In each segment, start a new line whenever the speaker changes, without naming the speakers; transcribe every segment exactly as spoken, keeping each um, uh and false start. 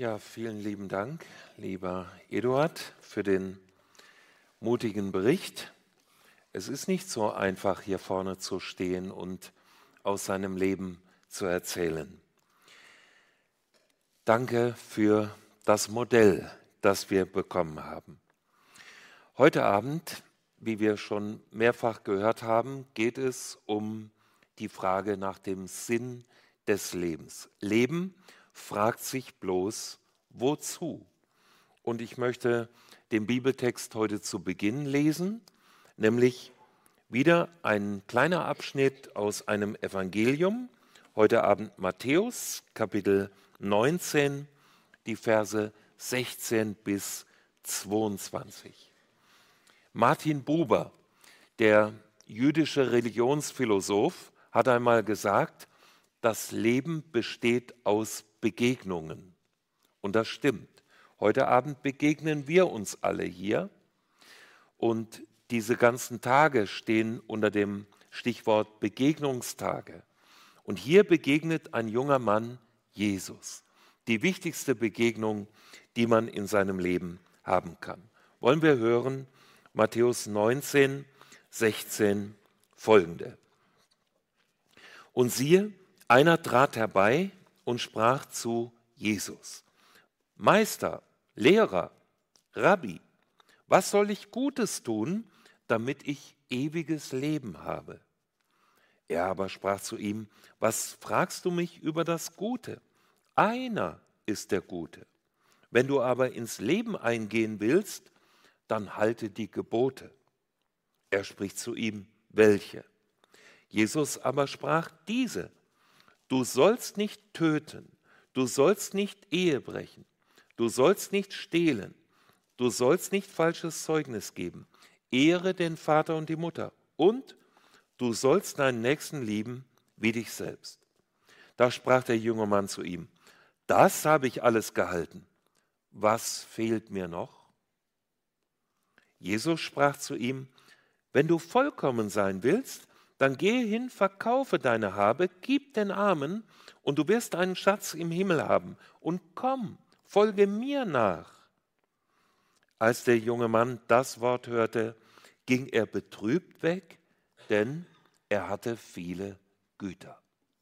Ja, vielen lieben Dank, lieber Eduard, für den mutigen Bericht. Es ist nicht so einfach, hier vorne zu stehen und aus seinem Leben zu erzählen. Danke für das Modell, das wir bekommen haben. Heute Abend, wie wir schon mehrfach gehört haben, geht es um die Frage nach dem Sinn des Lebens. Leben fragt sich bloß, wozu? Und ich möchte den Bibeltext heute zu Beginn lesen, nämlich wieder ein kleiner Abschnitt aus einem Evangelium, heute Abend Matthäus, Kapitel neunzehn, die Verse sechzehn bis zweiundzwanzig. Martin Buber, der jüdische Religionsphilosoph, hat einmal gesagt, das Leben besteht aus Begegnungen. Und das stimmt. Heute Abend begegnen wir uns alle hier. Und diese ganzen Tage stehen unter dem Stichwort Begegnungstage. Und hier begegnet ein junger Mann Jesus. Die wichtigste Begegnung, die man in seinem Leben haben kann. Wollen wir hören, Matthäus neunzehn, sechzehn, folgende. Und siehe, einer trat herbei und sprach zu Jesus: Meister, Lehrer, Rabbi, was soll ich Gutes tun, damit ich ewiges Leben habe? Er aber sprach zu ihm: Was fragst du mich über das Gute? Einer ist der Gute. Wenn du aber ins Leben eingehen willst, dann halte die Gebote. Er spricht zu ihm: Welche? Jesus aber sprach: Diese. Du sollst nicht töten, du sollst nicht Ehe brechen, du sollst nicht stehlen, du sollst nicht falsches Zeugnis geben, ehre den Vater und die Mutter und du sollst deinen Nächsten lieben wie dich selbst. Da sprach der junge Mann zu ihm: Das habe ich alles gehalten. Was fehlt mir noch? Jesus sprach zu ihm: Wenn du vollkommen sein willst, dann gehe hin, verkaufe deine Habe, gib den Armen, und du wirst einen Schatz im Himmel haben. Und komm, folge mir nach. Als der junge Mann das Wort hörte, ging er betrübt weg, denn er hatte viele Güter.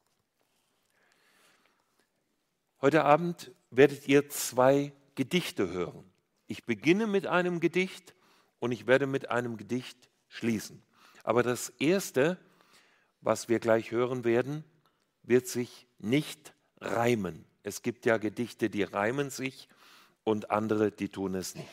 Heute Abend werdet ihr zwei Gedichte hören. Ich beginne mit einem Gedicht und ich werde mit einem Gedicht schließen. Aber das erste, was wir gleich hören werden, wird sich nicht reimen. Es gibt ja Gedichte, die reimen sich und andere, die tun es nicht.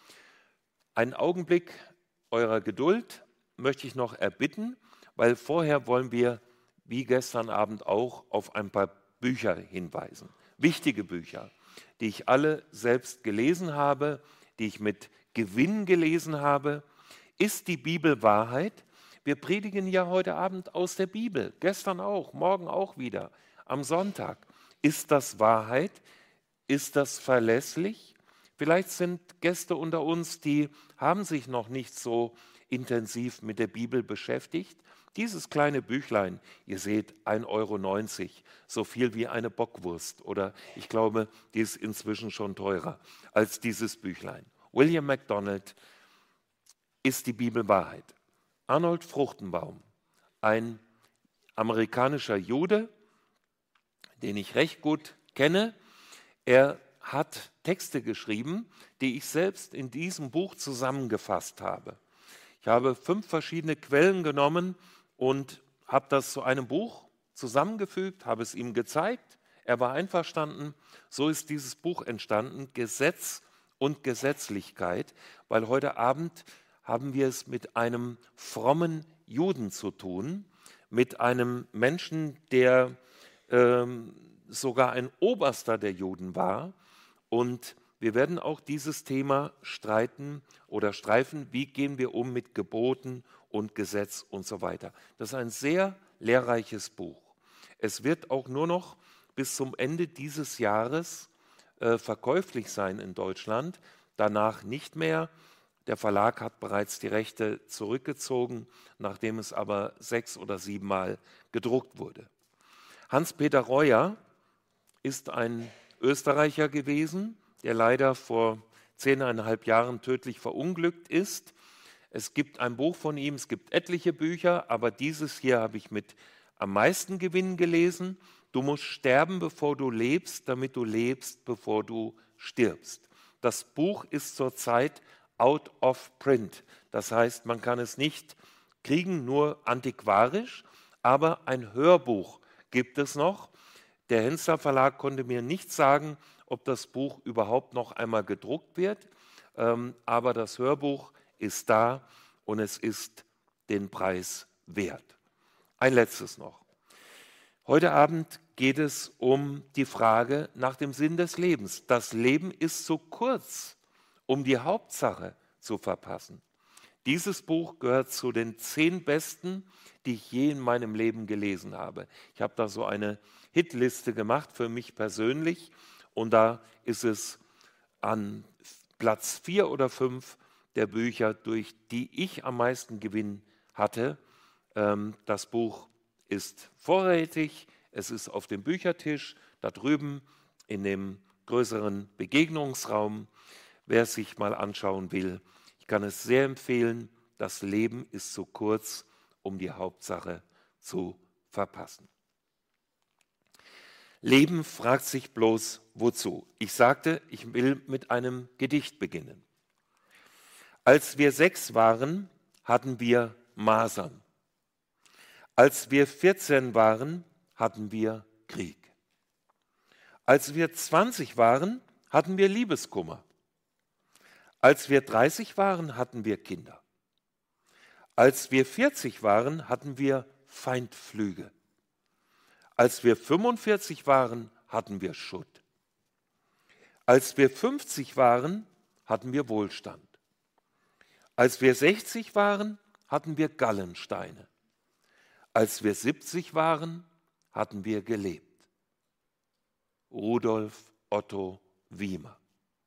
Einen Augenblick eurer Geduld möchte ich noch erbitten, weil vorher wollen wir, wie gestern Abend auch, auf ein paar Bücher hinweisen. Wichtige Bücher, die ich alle selbst gelesen habe, die ich mit Gewinn gelesen habe. Ist die Bibel Wahrheit? Wir predigen ja heute Abend aus der Bibel, gestern auch, morgen auch wieder, am Sonntag. Ist das Wahrheit? Ist das verlässlich? Vielleicht sind Gäste unter uns, die haben sich noch nicht so intensiv mit der Bibel beschäftigt. Dieses kleine Büchlein, ihr seht, ein Euro neunzig, so viel wie eine Bockwurst. Oder ich glaube, die ist inzwischen schon teurer als dieses Büchlein. William MacDonald, Ist die Bibel Wahrheit? Arnold Fruchtenbaum, ein amerikanischer Jude, den ich recht gut kenne. Er hat Texte geschrieben, die ich selbst in diesem Buch zusammengefasst habe. Ich habe fünf verschiedene Quellen genommen und habe das zu einem Buch zusammengefügt, habe es ihm gezeigt. Er war einverstanden. So ist dieses Buch entstanden, Gesetz und Gesetzlichkeit, weil heute Abend haben wir es mit einem frommen Juden zu tun, mit einem Menschen, der ähm, sogar ein Oberster der Juden war. Und wir werden auch dieses Thema streiten oder streifen, wie gehen wir um mit Geboten und Gesetz und so weiter. Das ist ein sehr lehrreiches Buch. Es wird auch nur noch bis zum Ende dieses Jahres äh, verkäuflich sein in Deutschland, danach nicht mehr. Der Verlag hat bereits die Rechte zurückgezogen, nachdem es aber sechs oder siebenmal gedruckt wurde. Hans-Peter Reuer ist ein Österreicher gewesen, der leider vor zehneinhalb Jahren tödlich verunglückt ist. Es gibt ein Buch von ihm, es gibt etliche Bücher, aber dieses hier habe ich mit am meisten Gewinn gelesen. Du musst sterben, bevor du lebst, damit du lebst, bevor du stirbst. Das Buch ist zurzeit out of print. Das heißt, man kann es nicht kriegen, nur antiquarisch, aber ein Hörbuch gibt es noch. Der Hensler Verlag konnte mir nicht sagen, ob das Buch überhaupt noch einmal gedruckt wird, ähm, aber das Hörbuch ist da und es ist den Preis wert. Ein letztes noch. Heute Abend geht es um die Frage nach dem Sinn des Lebens. Das Leben ist zu kurz, um die Hauptsache zu verpassen. Dieses Buch gehört zu den zehn besten, die ich je in meinem Leben gelesen habe. Ich habe da so eine Hitliste gemacht für mich persönlich und da ist es an Platz vier oder fünf der Bücher, durch die ich am meisten Gewinn hatte. Das Buch ist vorrätig, es ist auf dem Büchertisch, da drüben in dem größeren Begegnungsraum. Wer es sich mal anschauen will, ich kann es sehr empfehlen. Das Leben ist zu kurz, um die Hauptsache zu verpassen. Leben fragt sich bloß, wozu? Ich sagte, ich will mit einem Gedicht beginnen. Als wir sechs waren, hatten wir Masern. Als wir vierzehn waren, hatten wir Krieg. Als wir zwanzig waren, hatten wir Liebeskummer. Als wir dreißig waren, hatten wir Kinder. Als wir vierzig waren, hatten wir Feindflüge. Als wir fünfundvierzig waren, hatten wir Schutt. Als wir fünfzig waren, hatten wir Wohlstand. Als wir sechzig waren, hatten wir Gallensteine. Als wir siebzig waren, hatten wir gelebt. Rudolf Otto Wiemer.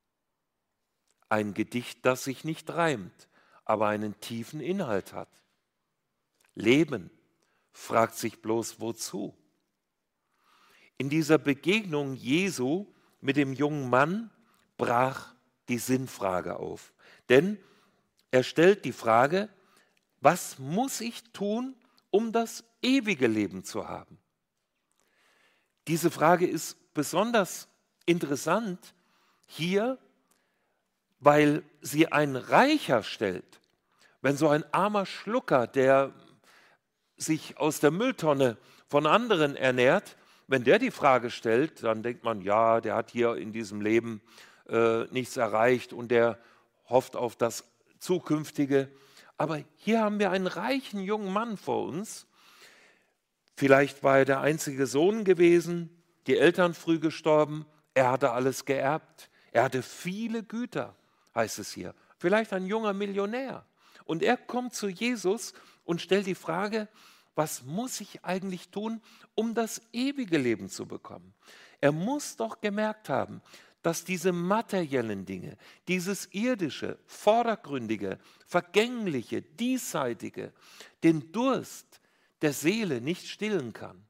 Ein Gedicht, das sich nicht reimt, aber einen tiefen Inhalt hat. Leben fragt sich bloß wozu. In dieser Begegnung Jesu mit dem jungen Mann brach die Sinnfrage auf. Denn er stellt die Frage, was muss ich tun, um das ewige Leben zu haben? Diese Frage ist besonders interessant hier, weil sie ein Reicher stellt. Wenn so ein armer Schlucker, der sich aus der Mülltonne von anderen ernährt, wenn der die Frage stellt, dann denkt man, ja, der hat hier in diesem Leben äh, nichts erreicht und der hofft auf das Zukünftige. Aber hier haben wir einen reichen jungen Mann vor uns. Vielleicht war er der einzige Sohn gewesen, die Eltern früh gestorben, er hatte alles geerbt, er hatte viele Güter, heißt es hier. Vielleicht ein junger Millionär. Und er kommt zu Jesus und stellt die Frage, was muss ich eigentlich tun, um das ewige Leben zu bekommen? Er muss doch gemerkt haben, dass diese materiellen Dinge, dieses irdische, vordergründige, vergängliche, diesseitige, den Durst der Seele nicht stillen kann.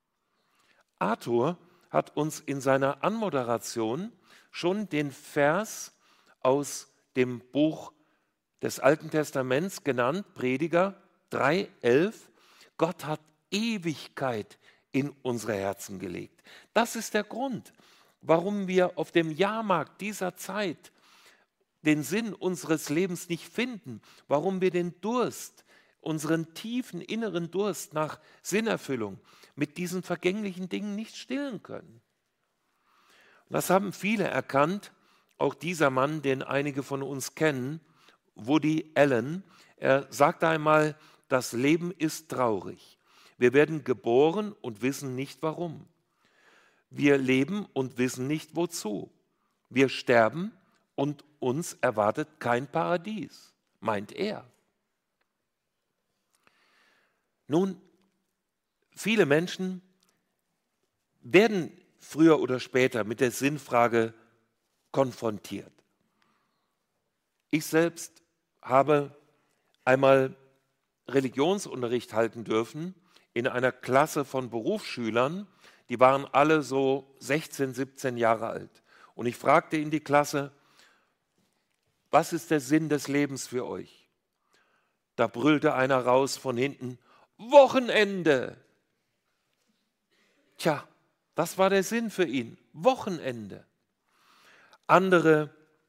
Arthur hat uns in seiner Anmoderation schon den Vers aus dem Buch des Alten Testaments genannt, Prediger drei elf. Gott hat Ewigkeit in unsere Herzen gelegt. Das ist der Grund, warum wir auf dem Jahrmarkt dieser Zeit den Sinn unseres Lebens nicht finden, warum wir den Durst, unseren tiefen inneren Durst nach Sinnerfüllung mit diesen vergänglichen Dingen nicht stillen können. Und das haben viele erkannt, auch dieser Mann, den einige von uns kennen, Woody Allen. Er sagte einmal, das Leben ist traurig. Wir werden geboren und wissen nicht warum. Wir leben und wissen nicht wozu. Wir sterben und uns erwartet kein Paradies, meint er. Nun, viele Menschen werden früher oder später mit der Sinnfrage konfrontiert. Ich selbst habe einmal Religionsunterricht halten dürfen in einer Klasse von Berufsschülern, die waren alle so sechzehn, siebzehn Jahre alt. Und ich fragte in die Klasse, was ist der Sinn des Lebens für euch? Da brüllte einer raus von hinten, Wochenende. Tja, das war der Sinn für ihn, Wochenende. Andere,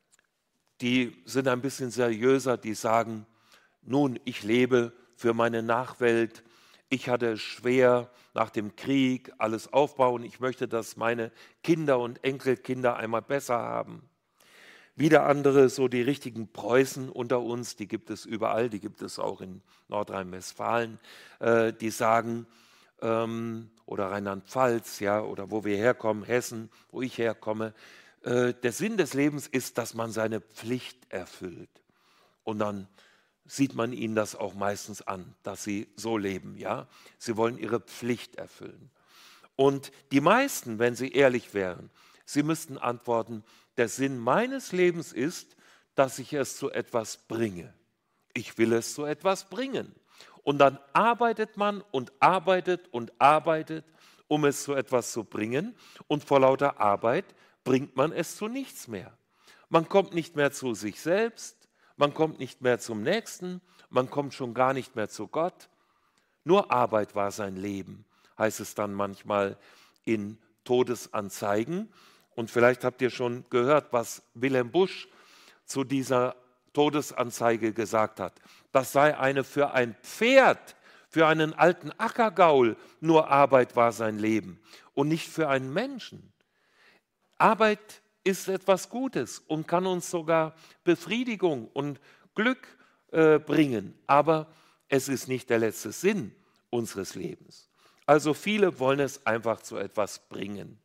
die sind ein bisschen seriöser, die sagen, nun, ich lebe für meine Nachwelt. Ich hatte es schwer nach dem Krieg, alles aufbauen. Ich möchte, dass meine Kinder und Enkelkinder einmal besser haben. Wieder andere, so die richtigen Preußen unter uns, die gibt es überall, die gibt es auch in Nordrhein-Westfalen, äh, die sagen, ähm, oder Rheinland-Pfalz, ja, oder wo wir herkommen, Hessen, wo ich herkomme, äh, der Sinn des Lebens ist, dass man seine Pflicht erfüllt. Und dann sieht man ihnen das auch meistens an, dass sie so leben, ja. Sie wollen ihre Pflicht erfüllen. Und die meisten, wenn sie ehrlich wären, sie müssten antworten, der Sinn meines Lebens ist, dass ich es zu etwas bringe. Ich will es zu etwas bringen. Und dann arbeitet man und arbeitet und arbeitet, um es zu etwas zu bringen. Und vor lauter Arbeit bringt man es zu nichts mehr. Man kommt nicht mehr zu sich selbst. Man kommt nicht mehr zum Nächsten, man kommt schon gar nicht mehr zu Gott. Nur Arbeit war sein Leben, heißt es dann manchmal in Todesanzeigen. Und vielleicht habt ihr schon gehört, was Wilhelm Busch zu dieser Todesanzeige gesagt hat. Das sei eine für ein Pferd, für einen alten Ackergaul, nur Arbeit war sein Leben und nicht für einen Menschen. Arbeit ist etwas Gutes und kann uns sogar Befriedigung und Glück äh, bringen. Aber es ist nicht der letzte Sinn unseres Lebens. Also viele wollen es einfach zu etwas bringen.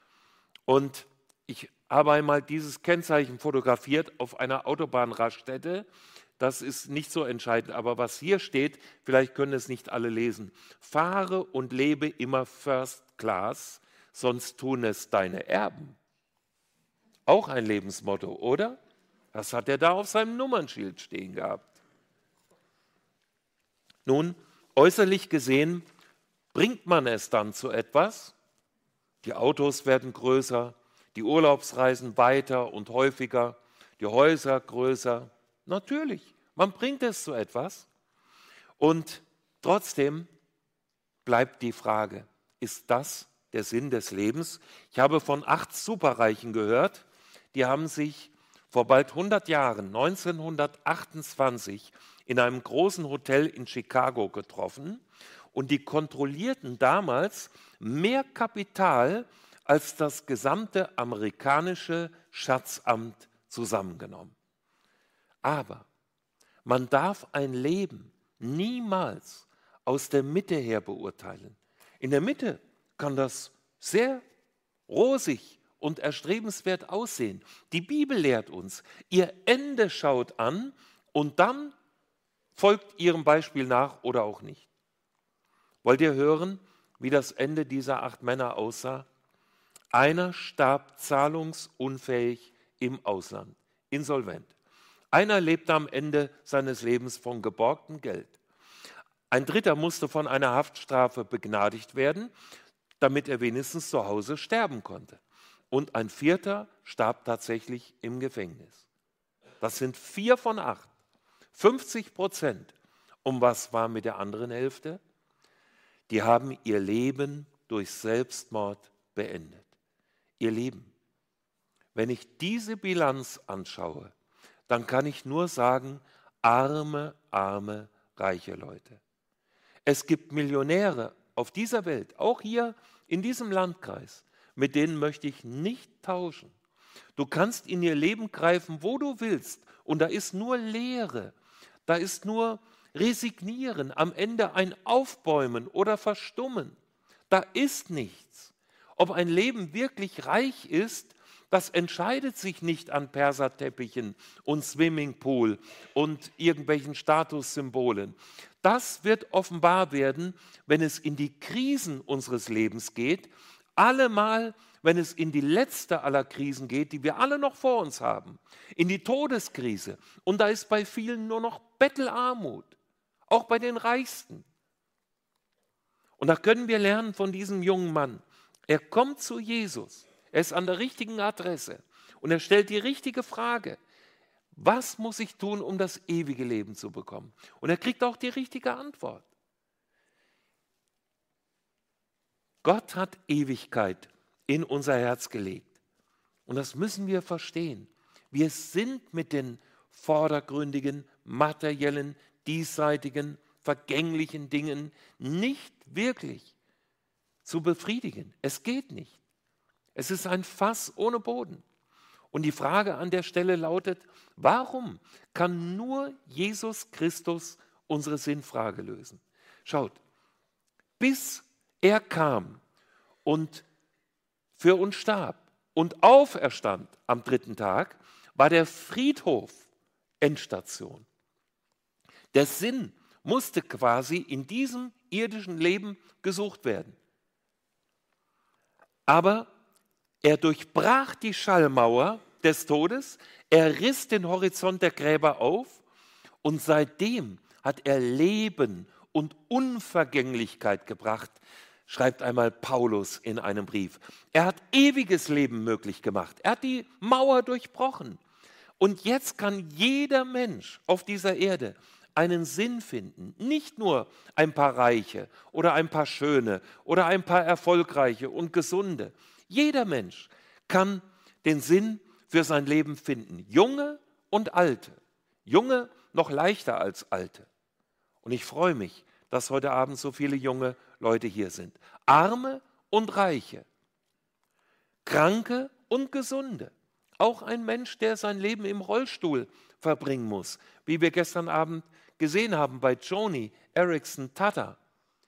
Und ich habe einmal dieses Kennzeichen fotografiert auf einer Autobahnraststätte. Das ist nicht so entscheidend, aber was hier steht, vielleicht können es nicht alle lesen. Fahre und lebe immer First Class, sonst tun es deine Erben. Auch ein Lebensmotto, oder? Das hat er da auf seinem Nummernschild stehen gehabt. Nun, äußerlich gesehen bringt man es dann zu etwas. Die Autos werden größer, die Urlaubsreisen weiter und häufiger, die Häuser größer. Natürlich, man bringt es zu etwas. Und trotzdem bleibt die Frage, ist das der Sinn des Lebens? Ich habe von acht Superreichen gehört, die haben sich vor bald hundert Jahren, neunzehnhundertachtundzwanzig, in einem großen Hotel in Chicago getroffen und die kontrollierten damals mehr Kapital als das gesamte amerikanische Schatzamt zusammengenommen. Aber man darf ein Leben niemals aus der Mitte her beurteilen. In der Mitte kann das sehr rosig und erstrebenswert aussehen. Die Bibel lehrt uns, ihr Ende schaut an und dann folgt ihrem Beispiel nach oder auch nicht. Wollt ihr hören, wie das Ende dieser acht Männer aussah? Einer starb zahlungsunfähig im Ausland, insolvent. Einer lebte am Ende seines Lebens von geborgtem Geld. Ein dritter musste von einer Haftstrafe begnadigt werden, damit er wenigstens zu Hause sterben konnte. Und ein vierter starb tatsächlich im Gefängnis. Das sind vier von acht, fünfzig Prozent. Und was war mit der anderen Hälfte? Die haben ihr Leben durch Selbstmord beendet. Ihr Leben. Wenn ich diese Bilanz anschaue, dann kann ich nur sagen, arme, arme, reiche Leute. Es gibt Millionäre auf dieser Welt, auch hier in diesem Landkreis, mit denen möchte ich nicht tauschen. Du kannst in ihr Leben greifen, wo du willst, und da ist nur Leere, da ist nur Resignieren, am Ende ein Aufbäumen oder Verstummen. Da ist nichts. Ob ein Leben wirklich reich ist, das entscheidet sich nicht an Perserteppichen und Swimmingpool und irgendwelchen Statussymbolen. Das wird offenbar werden, wenn es in die Krisen unseres Lebens geht, allemal, wenn es in die letzte aller Krisen geht, die wir alle noch vor uns haben, in die Todeskrise. Und da ist bei vielen nur noch Bettelarmut, auch bei den Reichsten. Und da können wir lernen von diesem jungen Mann. Er kommt zu Jesus. Er ist an der richtigen Adresse und er stellt die richtige Frage. Was muss ich tun, um das ewige Leben zu bekommen? Und er kriegt auch die richtige Antwort. Gott hat Ewigkeit in unser Herz gelegt. Und das müssen wir verstehen. Wir sind mit den vordergründigen, materiellen, diesseitigen, vergänglichen Dingen nicht wirklich zu befriedigen. Es geht nicht. Es ist ein Fass ohne Boden. Und die Frage an der Stelle lautet, warum kann nur Jesus Christus unsere Sinnfrage lösen? Schaut, bis er kam und für uns starb und auferstand am dritten Tag, war der Friedhof Endstation. Der Sinn musste quasi in diesem irdischen Leben gesucht werden. Aber er durchbrach die Schallmauer des Todes, er riss den Horizont der Gräber auf und seitdem hat er Leben und Unvergänglichkeit gebracht, schreibt einmal Paulus in einem Brief. Er hat ewiges Leben möglich gemacht, er hat die Mauer durchbrochen. Und jetzt kann jeder Mensch auf dieser Erde einen Sinn finden. Nicht nur ein paar Reiche oder ein paar Schöne oder ein paar Erfolgreiche und Gesunde. Jeder Mensch kann den Sinn für sein Leben finden. Junge und Alte. Junge noch leichter als Alte. Und ich freue mich, dass heute Abend so viele junge Leute hier sind. Arme und Reiche. Kranke und Gesunde. Auch ein Mensch, der sein Leben im Rollstuhl verbringen muss, wie wir gestern Abend gesehen haben bei Joni Erickson Tata.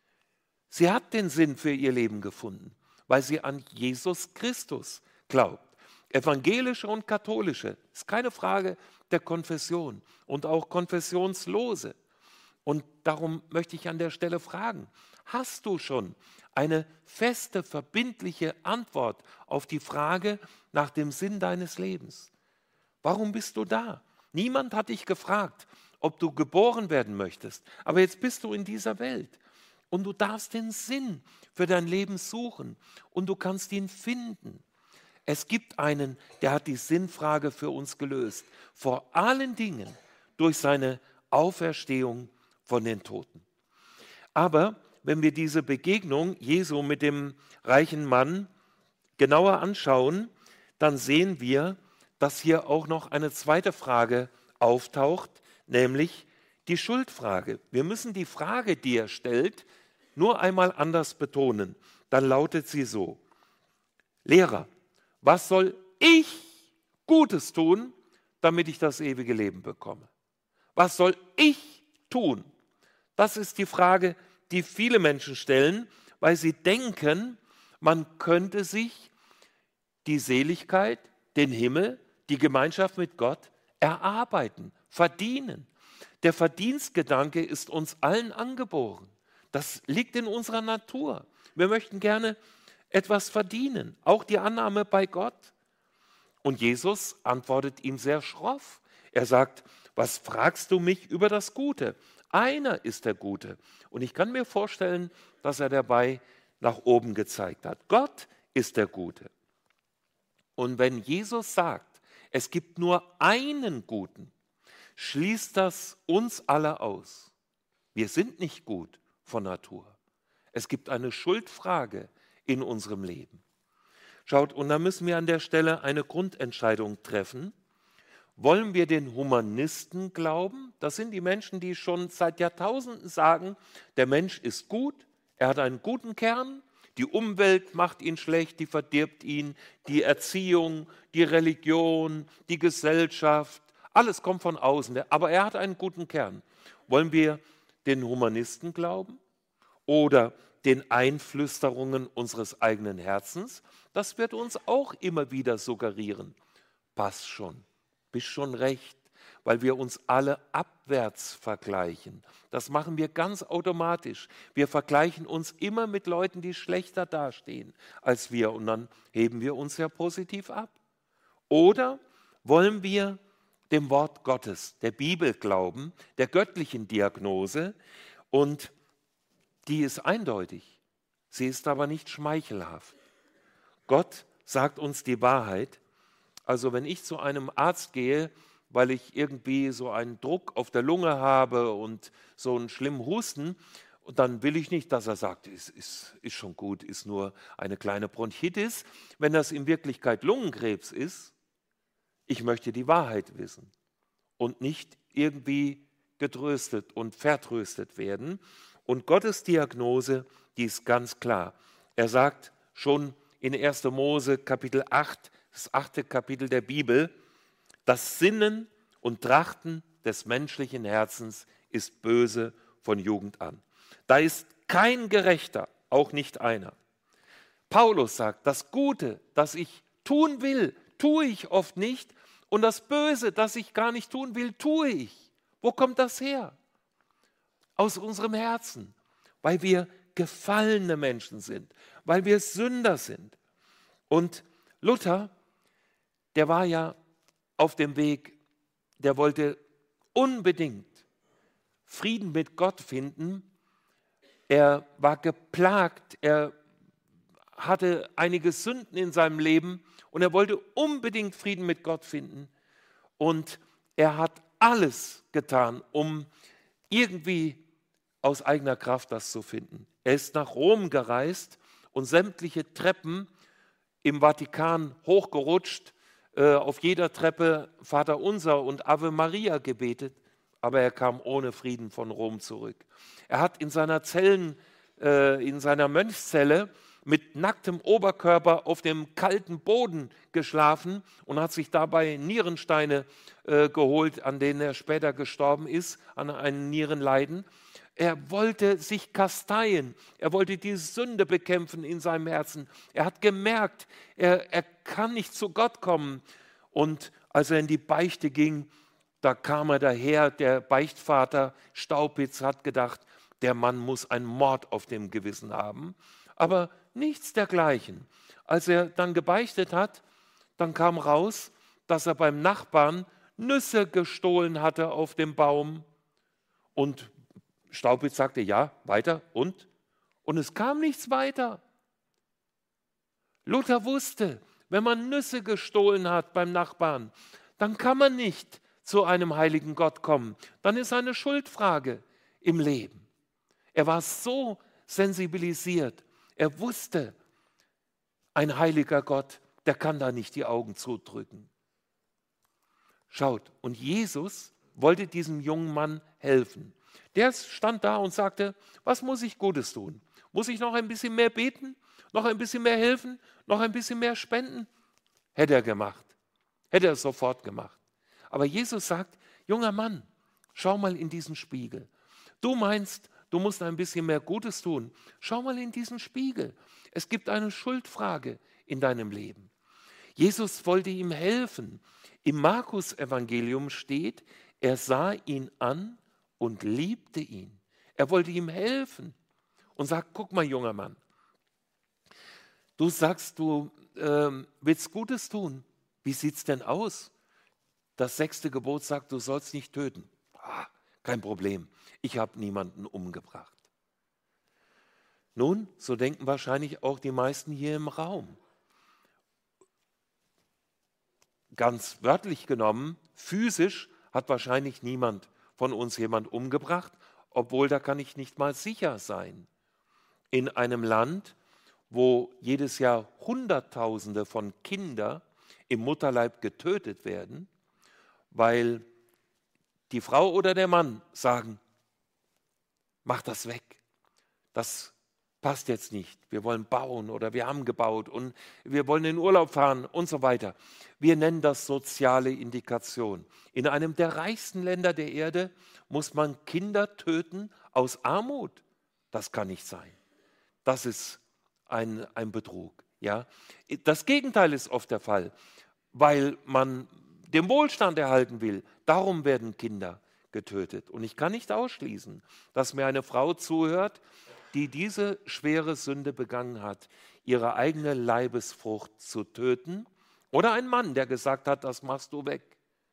Sie hat den Sinn für ihr Leben gefunden, weil sie an Jesus Christus glaubt. Evangelische und katholische, ist keine Frage der Konfession und auch konfessionslose. Und darum möchte ich an der Stelle fragen, hast du schon eine feste, verbindliche Antwort auf die Frage nach dem Sinn deines Lebens? Warum bist du da? Niemand hat dich gefragt, ob du geboren werden möchtest, aber jetzt bist du in dieser Welt und du darfst den Sinn für dein Leben suchen und du kannst ihn finden. Es gibt einen, der hat die Sinnfrage für uns gelöst, vor allen Dingen durch seine Auferstehung von den Toten. Aber wenn wir diese Begegnung Jesu mit dem reichen Mann genauer anschauen, dann sehen wir, dass hier auch noch eine zweite Frage auftaucht, nämlich die Schuldfrage. Wir müssen die Frage, die er stellt, nur einmal anders betonen. Dann lautet sie so: Lehrer, was soll ich Gutes tun, damit ich das ewige Leben bekomme? Was soll ich tun? Das ist die Frage, die viele Menschen stellen, weil sie denken, man könnte sich die Seligkeit, den Himmel, die Gemeinschaft mit Gott erarbeiten, verdienen. Der Verdienstgedanke ist uns allen angeboren. Das liegt in unserer Natur. Wir möchten gerne etwas verdienen, auch die Annahme bei Gott. Und Jesus antwortet ihm sehr schroff. Er sagt, was fragst du mich über das Gute? Einer ist der Gute. Und ich kann mir vorstellen, dass er dabei nach oben gezeigt hat. Gott ist der Gute. Und wenn Jesus sagt, es gibt nur einen Guten, schließt das uns alle aus. Wir sind nicht gut von Natur. Es gibt eine Schuldfrage in unserem Leben. Schaut, und da müssen wir an der Stelle eine Grundentscheidung treffen. Wollen wir den Humanisten glauben? Das sind die Menschen, die schon seit Jahrtausenden sagen, der Mensch ist gut, er hat einen guten Kern, die Umwelt macht ihn schlecht, die verdirbt ihn, die Erziehung, die Religion, die Gesellschaft, alles kommt von außen, aber er hat einen guten Kern. Wollen wir den Humanisten glauben oder den Einflüsterungen unseres eigenen Herzens? Das wird uns auch immer wieder suggerieren. Passt schon. Bist schon recht, weil wir uns alle abwärts vergleichen. Das machen wir ganz automatisch. Wir vergleichen uns immer mit Leuten, die schlechter dastehen als wir und dann heben wir uns ja positiv ab. Oder wollen wir dem Wort Gottes, der Bibel glauben, der göttlichen Diagnose, und die ist eindeutig. Sie ist aber nicht schmeichelhaft. Gott sagt uns die Wahrheit. Also wenn ich zu einem Arzt gehe, weil ich irgendwie so einen Druck auf der Lunge habe und so einen schlimmen Husten, und dann will ich nicht, dass er sagt, ist, ist, ist schon gut, ist nur eine kleine Bronchitis. Wenn das in Wirklichkeit Lungenkrebs ist, ich möchte die Wahrheit wissen und nicht irgendwie getröstet und vertröstet werden. Und Gottes Diagnose, die ist ganz klar. Er sagt schon in erster Mose Kapitel acht, das achte Kapitel der Bibel, das Sinnen und Trachten des menschlichen Herzens ist böse von Jugend an. Da ist kein Gerechter, auch nicht einer. Paulus sagt, das Gute, das ich tun will, tue ich oft nicht, und das Böse, das ich gar nicht tun will, tue ich. Wo kommt das her? Aus unserem Herzen, weil wir gefallene Menschen sind, weil wir Sünder sind. Und Luther, der war ja auf dem Weg, der wollte unbedingt Frieden mit Gott finden. Er war geplagt, er hatte einige Sünden in seinem Leben und er wollte unbedingt Frieden mit Gott finden. Und er hat alles getan, um irgendwie aus eigener Kraft das zu finden. Er ist nach Rom gereist und sämtliche Treppen im Vatikan hochgerutscht, äh, auf jeder Treppe Vater Unser und Ave Maria gebetet, aber er kam ohne Frieden von Rom zurück. Er hat in seiner Zellen, äh, in seiner Mönchszelle mit nacktem Oberkörper auf dem kalten Boden geschlafen und hat sich dabei Nierensteine äh, geholt, an denen er später gestorben ist, an einem Nierenleiden. Er wollte sich kasteien, er wollte die Sünde bekämpfen in seinem Herzen. Er hat gemerkt, er, er kann nicht zu Gott kommen. Und als er in die Beichte ging, da kam er daher, der Beichtvater Staupitz hat gedacht, der Mann muss einen Mord auf dem Gewissen haben. Aber nichts dergleichen. Als er dann gebeichtet hat, dann kam raus, dass er beim Nachbarn Nüsse gestohlen hatte auf dem Baum. Und Staupitz sagte, ja, weiter, und? Und es kam nichts weiter. Luther wusste, wenn man Nüsse gestohlen hat beim Nachbarn, dann kann man nicht zu einem heiligen Gott kommen. Dann ist eine Schuldfrage im Leben. Er war so sensibilisiert. Er wusste, ein heiliger Gott, der kann da nicht die Augen zudrücken. Schaut, und Jesus wollte diesem jungen Mann helfen. Der stand da und sagte, was muss ich Gutes tun? Muss ich noch ein bisschen mehr beten? Noch ein bisschen mehr helfen? Noch ein bisschen mehr spenden? Hätte er gemacht. Hätte er sofort gemacht. Aber Jesus sagt, junger Mann, schau mal in diesen Spiegel. Du meinst, du musst ein bisschen mehr Gutes tun. Schau mal in diesen Spiegel. Es gibt eine Schuldfrage in deinem Leben. Jesus wollte ihm helfen. Im Markus-Evangelium steht, er sah ihn an und liebte ihn. Er wollte ihm helfen und sagt, guck mal, junger Mann, du sagst, du ähm, willst Gutes tun. Wie sieht es denn aus? Das sechste Gebot sagt, du sollst nicht töten. Ah, kein Problem, ich habe niemanden umgebracht. Nun, so denken wahrscheinlich auch die meisten hier im Raum. Ganz wörtlich genommen, physisch hat wahrscheinlich niemand von uns jemand umgebracht, obwohl da kann ich nicht mal sicher sein. In einem Land, wo jedes Jahr Hunderttausende von Kindern im Mutterleib getötet werden, weil die Frau oder der Mann sagen, mach das weg, das passt jetzt nicht, wir wollen bauen oder wir haben gebaut und wir wollen in Urlaub fahren und so weiter. Wir nennen das soziale Indikation. In einem der reichsten Länder der Erde muss man Kinder töten aus Armut. Das kann nicht sein. Das ist ein, ein Betrug. Ja? Das Gegenteil ist oft der Fall, weil man den Wohlstand erhalten will. Darum werden Kinder getötet. Und ich kann nicht ausschließen, dass mir eine Frau zuhört, die diese schwere Sünde begangen hat, ihre eigene Leibesfrucht zu töten, oder ein Mann, der gesagt hat, das machst du weg.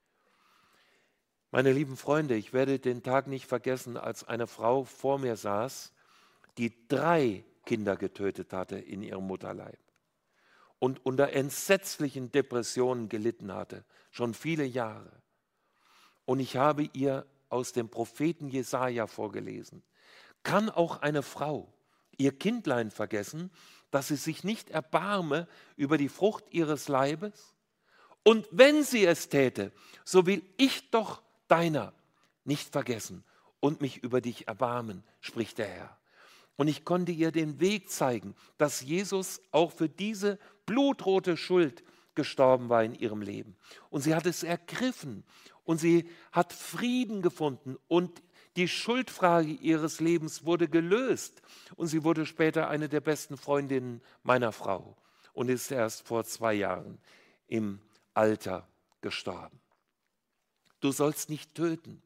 Meine lieben Freunde, ich werde den Tag nicht vergessen, als eine Frau vor mir saß, die drei Kinder getötet hatte in ihrem Mutterleib. und unter entsetzlichen Depressionen gelitten hatte, schon viele Jahre. Und ich habe ihr aus dem Propheten Jesaja vorgelesen. Kann auch eine Frau ihr Kindlein vergessen, dass sie sich nicht erbarme über die Frucht ihres Leibes? Und wenn sie es täte, so will ich doch deiner nicht vergessen und mich über dich erbarmen, spricht der Herr. Und ich konnte ihr den Weg zeigen, dass Jesus auch für diese blutrote Schuld gestorben war in ihrem Leben. Und sie hat es ergriffen und sie hat Frieden gefunden und die Schuldfrage ihres Lebens wurde gelöst. Und sie wurde später eine der besten Freundinnen meiner Frau und ist erst vor zwei Jahren im Alter gestorben. Du sollst nicht töten.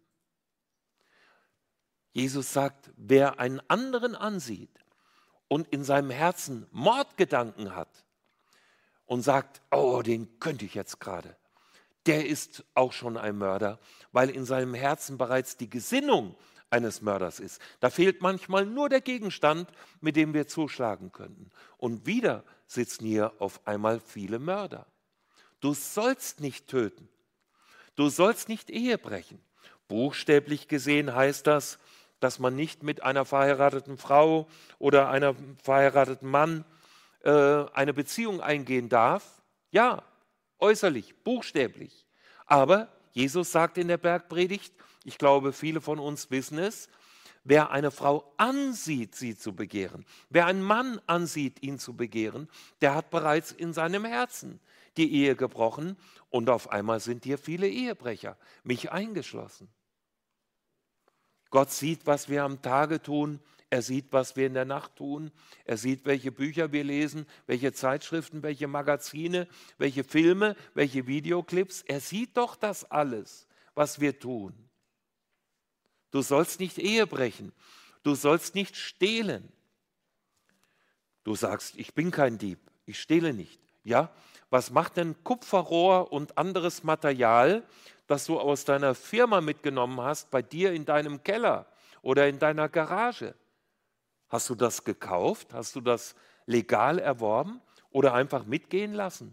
Jesus sagt, wer einen anderen ansieht und in seinem Herzen Mordgedanken hat und sagt, oh, den könnte ich jetzt gerade, der ist auch schon ein Mörder, weil in seinem Herzen bereits die Gesinnung eines Mörders ist. Da fehlt manchmal nur der Gegenstand, mit dem wir zuschlagen könnten. Und wieder sitzen hier auf einmal viele Mörder. Du sollst nicht töten. Du sollst nicht Ehe brechen. Buchstäblich gesehen heißt das, dass man nicht mit einer verheirateten Frau oder einem verheirateten Mann äh, eine Beziehung eingehen darf. Ja, äußerlich, buchstäblich. Aber Jesus sagt in der Bergpredigt, ich glaube, viele von uns wissen es, wer eine Frau ansieht, sie zu begehren, wer einen Mann ansieht, ihn zu begehren, der hat bereits in seinem Herzen die Ehe gebrochen und auf einmal sind hier viele Ehebrecher, mich eingeschlossen. Gott sieht, was wir am Tage tun. Er sieht, was wir in der Nacht tun. Er sieht, welche Bücher wir lesen, welche Zeitschriften, welche Magazine, welche Filme, welche Videoclips. Er sieht doch das alles, was wir tun. Du sollst nicht Ehe brechen. Du sollst nicht stehlen. Du sagst, ich bin kein Dieb, ich stehle nicht. Ja, was macht denn Kupferrohr und anderes Material, das du aus deiner Firma mitgenommen hast, bei dir in deinem Keller oder in deiner Garage? Hast du das gekauft? Hast du das legal erworben oder einfach mitgehen lassen?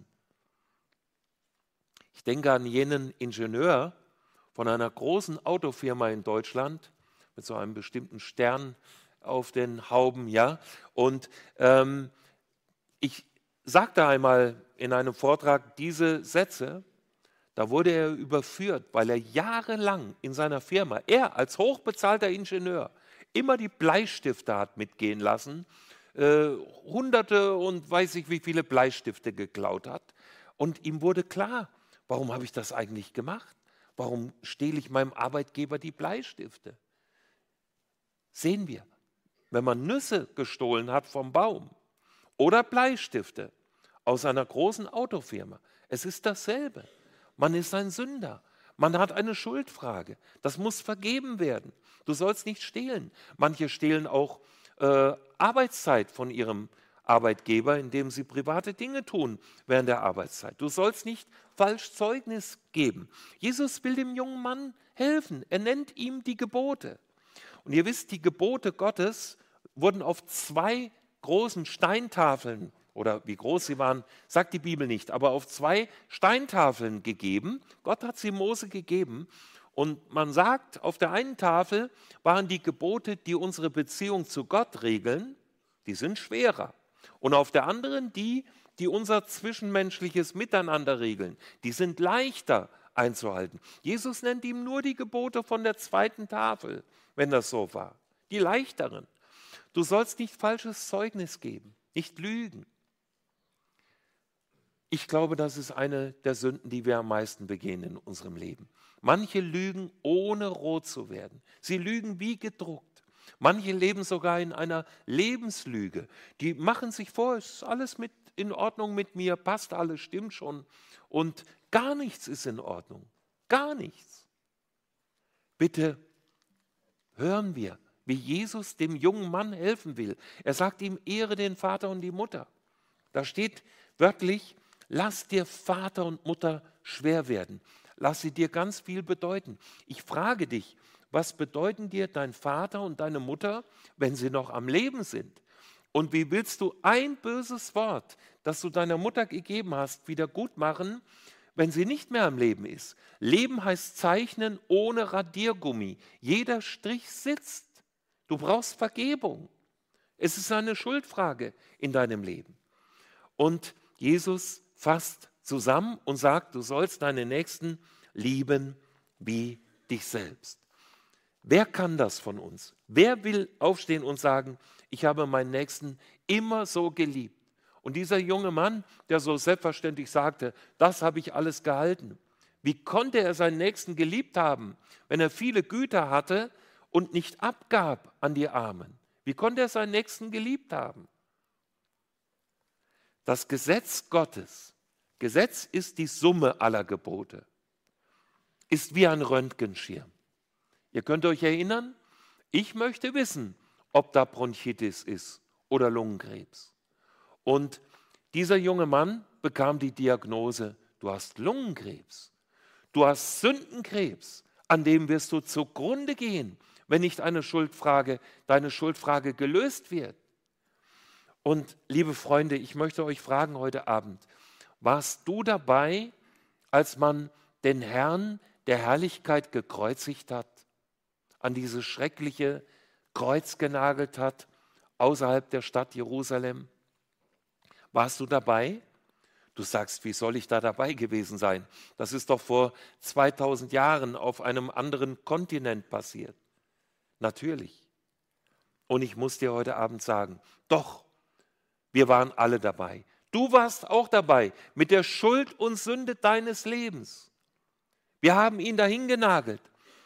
Ich denke an jenen Ingenieur von einer großen Autofirma in Deutschland mit so einem bestimmten Stern auf den Hauben, ja. Und ähm, ich sagte einmal in einem Vortrag diese Sätze. Da wurde er überführt, weil er jahrelang in seiner Firma, er als hochbezahlter Ingenieur, immer die Bleistifte hat mitgehen lassen, äh, Hunderte und weiß ich wie viele Bleistifte geklaut hat. Und ihm wurde klar, warum habe ich das eigentlich gemacht? Warum stehle ich meinem Arbeitgeber die Bleistifte? Sehen wir, wenn man Nüsse gestohlen hat vom Baum oder Bleistifte aus einer großen Autofirma, es ist dasselbe. Man ist ein Sünder. Man hat eine Schuldfrage. Das muss vergeben werden. Du sollst nicht stehlen. Manche stehlen auch äh, Arbeitszeit von ihrem Arbeitgeber, indem sie private Dinge tun während der Arbeitszeit. Du sollst nicht falsch Zeugnis geben. Jesus will dem jungen Mann helfen. Er nennt ihm die Gebote. Und ihr wisst, die Gebote Gottes wurden auf zwei großen Steintafeln, oder wie groß sie waren, sagt die Bibel nicht, aber auf zwei Steintafeln gegeben. Gott hat sie Mose gegeben. Und man sagt, auf der einen Tafel waren die Gebote, die unsere Beziehung zu Gott regeln, die sind schwerer. Und auf der anderen die, die unser zwischenmenschliches Miteinander regeln, die sind leichter einzuhalten. Jesus nennt ihm nur die Gebote von der zweiten Tafel, wenn das so war, die leichteren. Du sollst nicht falsches Zeugnis geben, nicht lügen. Ich glaube, das ist eine der Sünden, die wir am meisten begehen in unserem Leben. Manche lügen, ohne rot zu werden. Sie lügen wie gedruckt. Manche leben sogar in einer Lebenslüge. Die machen sich vor, es ist alles mit in Ordnung mit mir, passt alles, stimmt schon. Und gar nichts ist in Ordnung. Gar nichts. Bitte hören wir, wie Jesus dem jungen Mann helfen will. Er sagt ihm, ehre den Vater und die Mutter. Da steht wörtlich, lass dir Vater und Mutter schwer werden. Lass sie dir ganz viel bedeuten. Ich frage dich, was bedeuten dir dein Vater und deine Mutter, wenn sie noch am Leben sind? Und wie willst du ein böses Wort, das du deiner Mutter gegeben hast, wieder gut machen, wenn sie nicht mehr am Leben ist? Leben heißt Zeichnen ohne Radiergummi. Jeder Strich sitzt. Du brauchst Vergebung. Es ist eine Schuldfrage in deinem Leben. Und Jesus fasst zusammen und sagt, du sollst deinen Nächsten lieben wie dich selbst. Wer kann das von uns? Wer will aufstehen und sagen, ich habe meinen Nächsten immer so geliebt? Und dieser junge Mann, der so selbstverständlich sagte, das habe ich alles gehalten. Wie konnte er seinen Nächsten geliebt haben, wenn er viele Güter hatte und nicht abgab an die Armen? Wie konnte er seinen Nächsten geliebt haben? Das Gesetz Gottes, Gesetz ist die Summe aller Gebote, ist wie ein Röntgenschirm. Ihr könnt euch erinnern, ich möchte wissen, ob da Bronchitis ist oder Lungenkrebs. Und dieser junge Mann bekam die Diagnose, du hast Lungenkrebs, du hast Sündenkrebs, an dem wirst du zugrunde gehen, wenn nicht eine Schuldfrage, deine Schuldfrage gelöst wird. Und liebe Freunde, ich möchte euch fragen heute Abend, warst du dabei, als man den Herrn der Herrlichkeit gekreuzigt hat, an dieses schreckliche Kreuz genagelt hat, außerhalb der Stadt Jerusalem? Warst du dabei? Du sagst, wie soll ich da dabei gewesen sein? Das ist doch vor zweitausend Jahren auf einem anderen Kontinent passiert. Natürlich. Und ich muss dir heute Abend sagen, doch, wir waren alle dabei. Du warst auch dabei mit der Schuld und Sünde deines Lebens. Wir haben ihn dahin genagelt,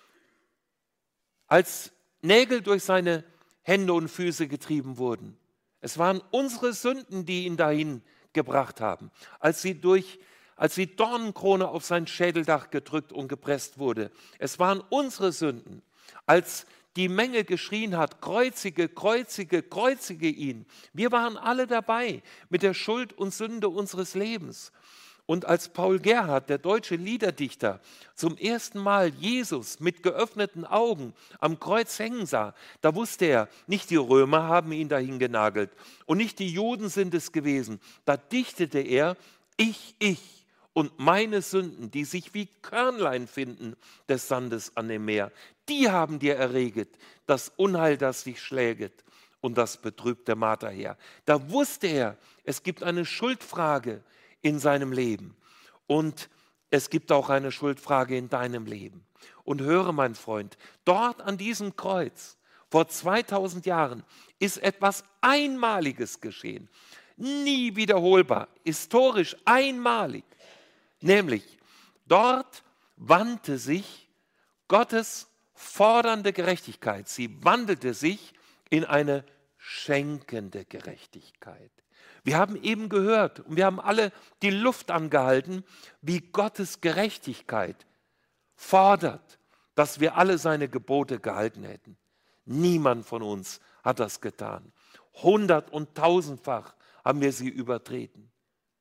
als Nägel durch seine Hände und Füße getrieben wurden. Es waren unsere Sünden, die ihn dahin gebracht haben, als sie durch, als die Dornenkrone auf sein Schädeldach gedrückt und gepresst wurde. Es waren unsere Sünden, als die Menge geschrien hat, kreuzige, kreuzige, kreuzige ihn. Wir waren alle dabei mit der Schuld und Sünde unseres Lebens. Und als Paul Gerhardt, der deutsche Liederdichter, zum ersten Mal Jesus mit geöffneten Augen am Kreuz hängen sah, da wusste er, nicht die Römer haben ihn dahin genagelt und nicht die Juden sind es gewesen. Da dichtete er, ich, ich und meine Sünden, die sich wie Körnlein finden des Sandes an dem Meer, die haben dir erreget, das Unheil, das dich schläget und das betrübte Marterheer. Da wusste er, es gibt eine Schuldfrage in seinem Leben. Und es gibt auch eine Schuldfrage in deinem Leben. Und höre, mein Freund, dort an diesem Kreuz, vor zweitausend Jahren, ist etwas Einmaliges geschehen. Nie wiederholbar, historisch einmalig. Nämlich, dort wandte sich Gottes fordernde Gerechtigkeit, sie wandelte sich in eine schenkende Gerechtigkeit. Wir haben eben gehört und wir haben alle die Luft angehalten, wie Gottes Gerechtigkeit fordert, dass wir alle seine Gebote gehalten hätten. Niemand von uns hat das getan. Hundert- und tausendfach haben wir sie übertreten.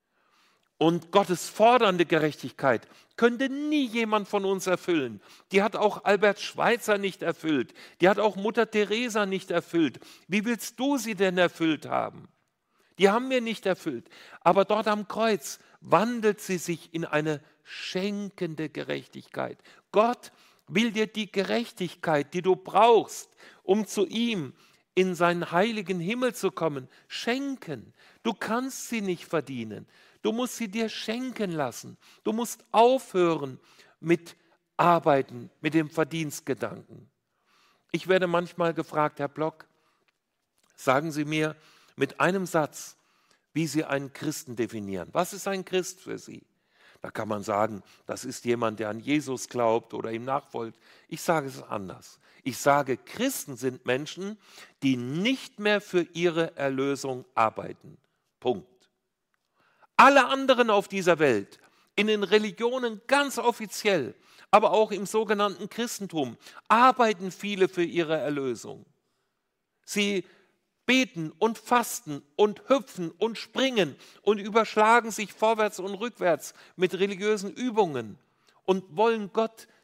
Und Gottes fordernde Gerechtigkeit könnte nie jemand von uns erfüllen. Die hat auch Albert Schweitzer nicht erfüllt. Die hat auch Mutter Teresa nicht erfüllt. Wie willst du sie denn erfüllt haben? Die haben wir nicht erfüllt. Aber dort am Kreuz wandelt sie sich in eine schenkende Gerechtigkeit. Gott will dir die Gerechtigkeit, die du brauchst, um zu ihm in seinen heiligen Himmel zu kommen, schenken. Du kannst sie nicht verdienen. Du musst sie dir schenken lassen. Du musst aufhören mit Arbeiten, mit dem Verdienstgedanken. Ich werde manchmal gefragt, Herr Block, sagen Sie mir mit einem Satz, wie Sie einen Christen definieren. Was ist ein Christ für Sie? Da kann man sagen, das ist jemand, der an Jesus glaubt oder ihm nachfolgt. Ich sage es anders. Ich sage, Christen sind Menschen, die nicht mehr für ihre Erlösung arbeiten. Punkt. Alle anderen auf dieser Welt, in den Religionen ganz offiziell, aber auch im sogenannten Christentum, arbeiten viele für ihre Erlösung. Sie beten und fasten und hüpfen und springen und überschlagen sich vorwärts und rückwärts mit religiösen Übungen und wollen Gott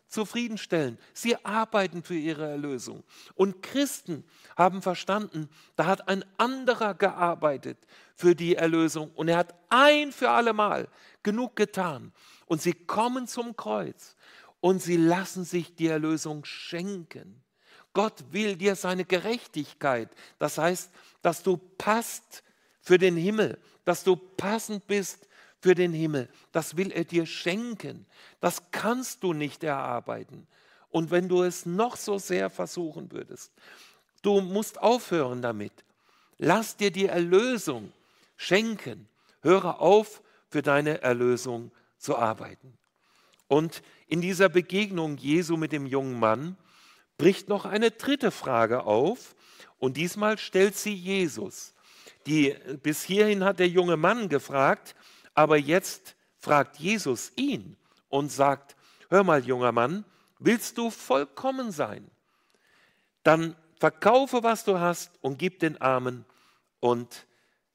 zufriedenstellen. Sie arbeiten für ihre Erlösung. Und Christen haben verstanden, da hat ein anderer gearbeitet für die Erlösung und er hat ein für alle Mal genug getan. Und sie kommen zum Kreuz und sie lassen sich die Erlösung schenken. Gott will dir seine Gerechtigkeit, das heißt, dass du passt für den Himmel, dass du passend bist für den Himmel. Das will er dir schenken. Das kannst du nicht erarbeiten. Und wenn du es noch so sehr versuchen würdest, du musst aufhören damit. Lass dir die Erlösung schenken. Höre auf, für deine Erlösung zu arbeiten. Und in dieser Begegnung Jesu mit dem jungen Mann bricht noch eine dritte Frage auf. Und diesmal stellt sie Jesus. Die, bis hierhin hat der junge Mann gefragt, aber jetzt fragt Jesus ihn und sagt, hör mal, junger Mann, willst du vollkommen sein? Dann verkaufe, was du hast und gib den Armen und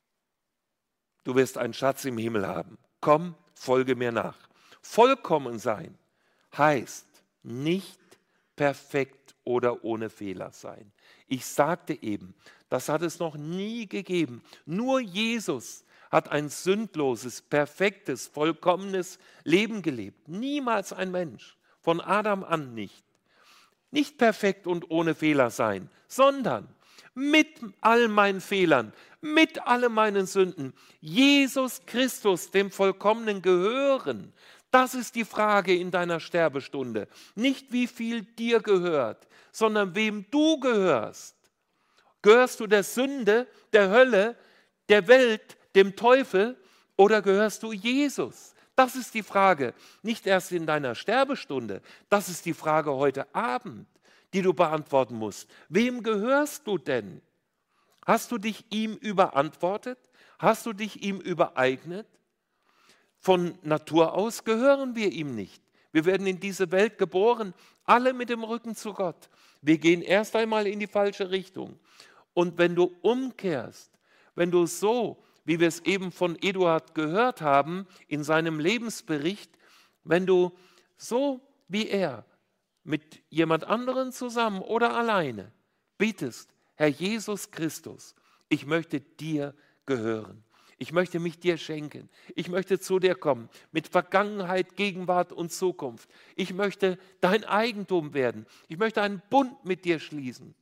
du wirst einen Schatz im Himmel haben. Komm, folge mir nach. Vollkommen sein heißt nicht perfekt oder ohne Fehler sein. Ich sagte eben, das hat es noch nie gegeben. Nur Jesus hat ein sündloses, perfektes, vollkommenes Leben gelebt. Niemals ein Mensch, von Adam an nicht. Nicht perfekt und ohne Fehler sein, sondern mit all meinen Fehlern, mit all meinen Sünden, Jesus Christus, dem Vollkommenen, gehören. Das ist die Frage in deiner Sterbestunde. Nicht wie viel dir gehört, sondern wem du gehörst. Gehörst du der Sünde, der Hölle, der Welt, dem Teufel oder gehörst du Jesus? Das ist die Frage, nicht erst in deiner Sterbestunde, das ist die Frage heute Abend, die du beantworten musst. Wem gehörst du denn? Hast du dich ihm überantwortet? Hast du dich ihm übereignet? Von Natur aus gehören wir ihm nicht. Wir werden in diese Welt geboren, alle mit dem Rücken zu Gott. Wir gehen erst einmal in die falsche Richtung. Und wenn du umkehrst, wenn du so, wie wir es eben von Eduard gehört haben, in seinem Lebensbericht, wenn du so wie er mit jemand anderen zusammen oder alleine bittest, Herr Jesus Christus, ich möchte dir gehören. Ich möchte mich dir schenken. Ich möchte zu dir kommen mit Vergangenheit, Gegenwart und Zukunft. Ich möchte dein Eigentum werden. Ich möchte einen Bund mit dir schließen.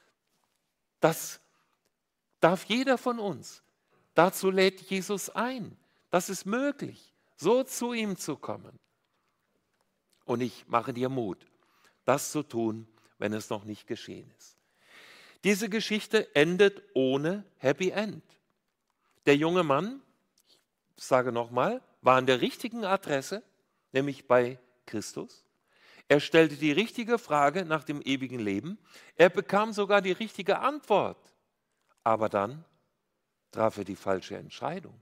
Das darf jeder von uns. Dazu lädt Jesus ein. Das ist möglich, so zu ihm zu kommen. Und ich mache dir Mut, das zu tun, wenn es noch nicht geschehen ist. Diese Geschichte endet ohne Happy End. Der junge Mann, ich sage nochmal, war an der richtigen Adresse, nämlich bei Christus. Er stellte die richtige Frage nach dem ewigen Leben. Er bekam sogar die richtige Antwort. Aber dann traf er die falsche Entscheidung.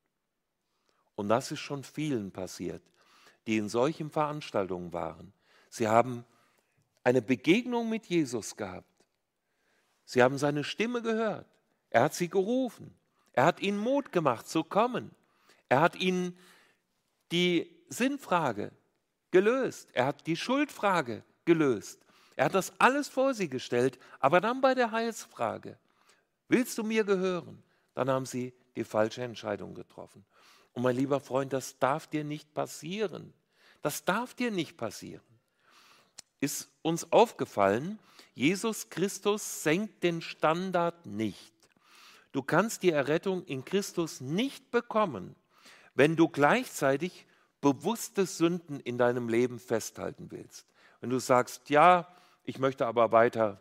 Und das ist schon vielen passiert, die in solchen Veranstaltungen waren. Sie haben eine Begegnung mit Jesus gehabt. Sie haben seine Stimme gehört. Er hat sie gerufen. Er hat ihnen Mut gemacht zu kommen. Er hat ihnen die Sinnfrage gelöst. Er hat die Schuldfrage gelöst. Er hat das alles vor sie gestellt, aber dann bei der Heilsfrage, willst du mir gehören? Dann haben sie die falsche Entscheidung getroffen. Und mein lieber Freund, das darf dir nicht passieren. Das darf dir nicht passieren. Ist uns aufgefallen, Jesus Christus senkt den Standard nicht. Du kannst die Errettung in Christus nicht bekommen, wenn du gleichzeitig bewusste Sünden in deinem Leben festhalten willst. Wenn du sagst, ja, ich möchte aber weiter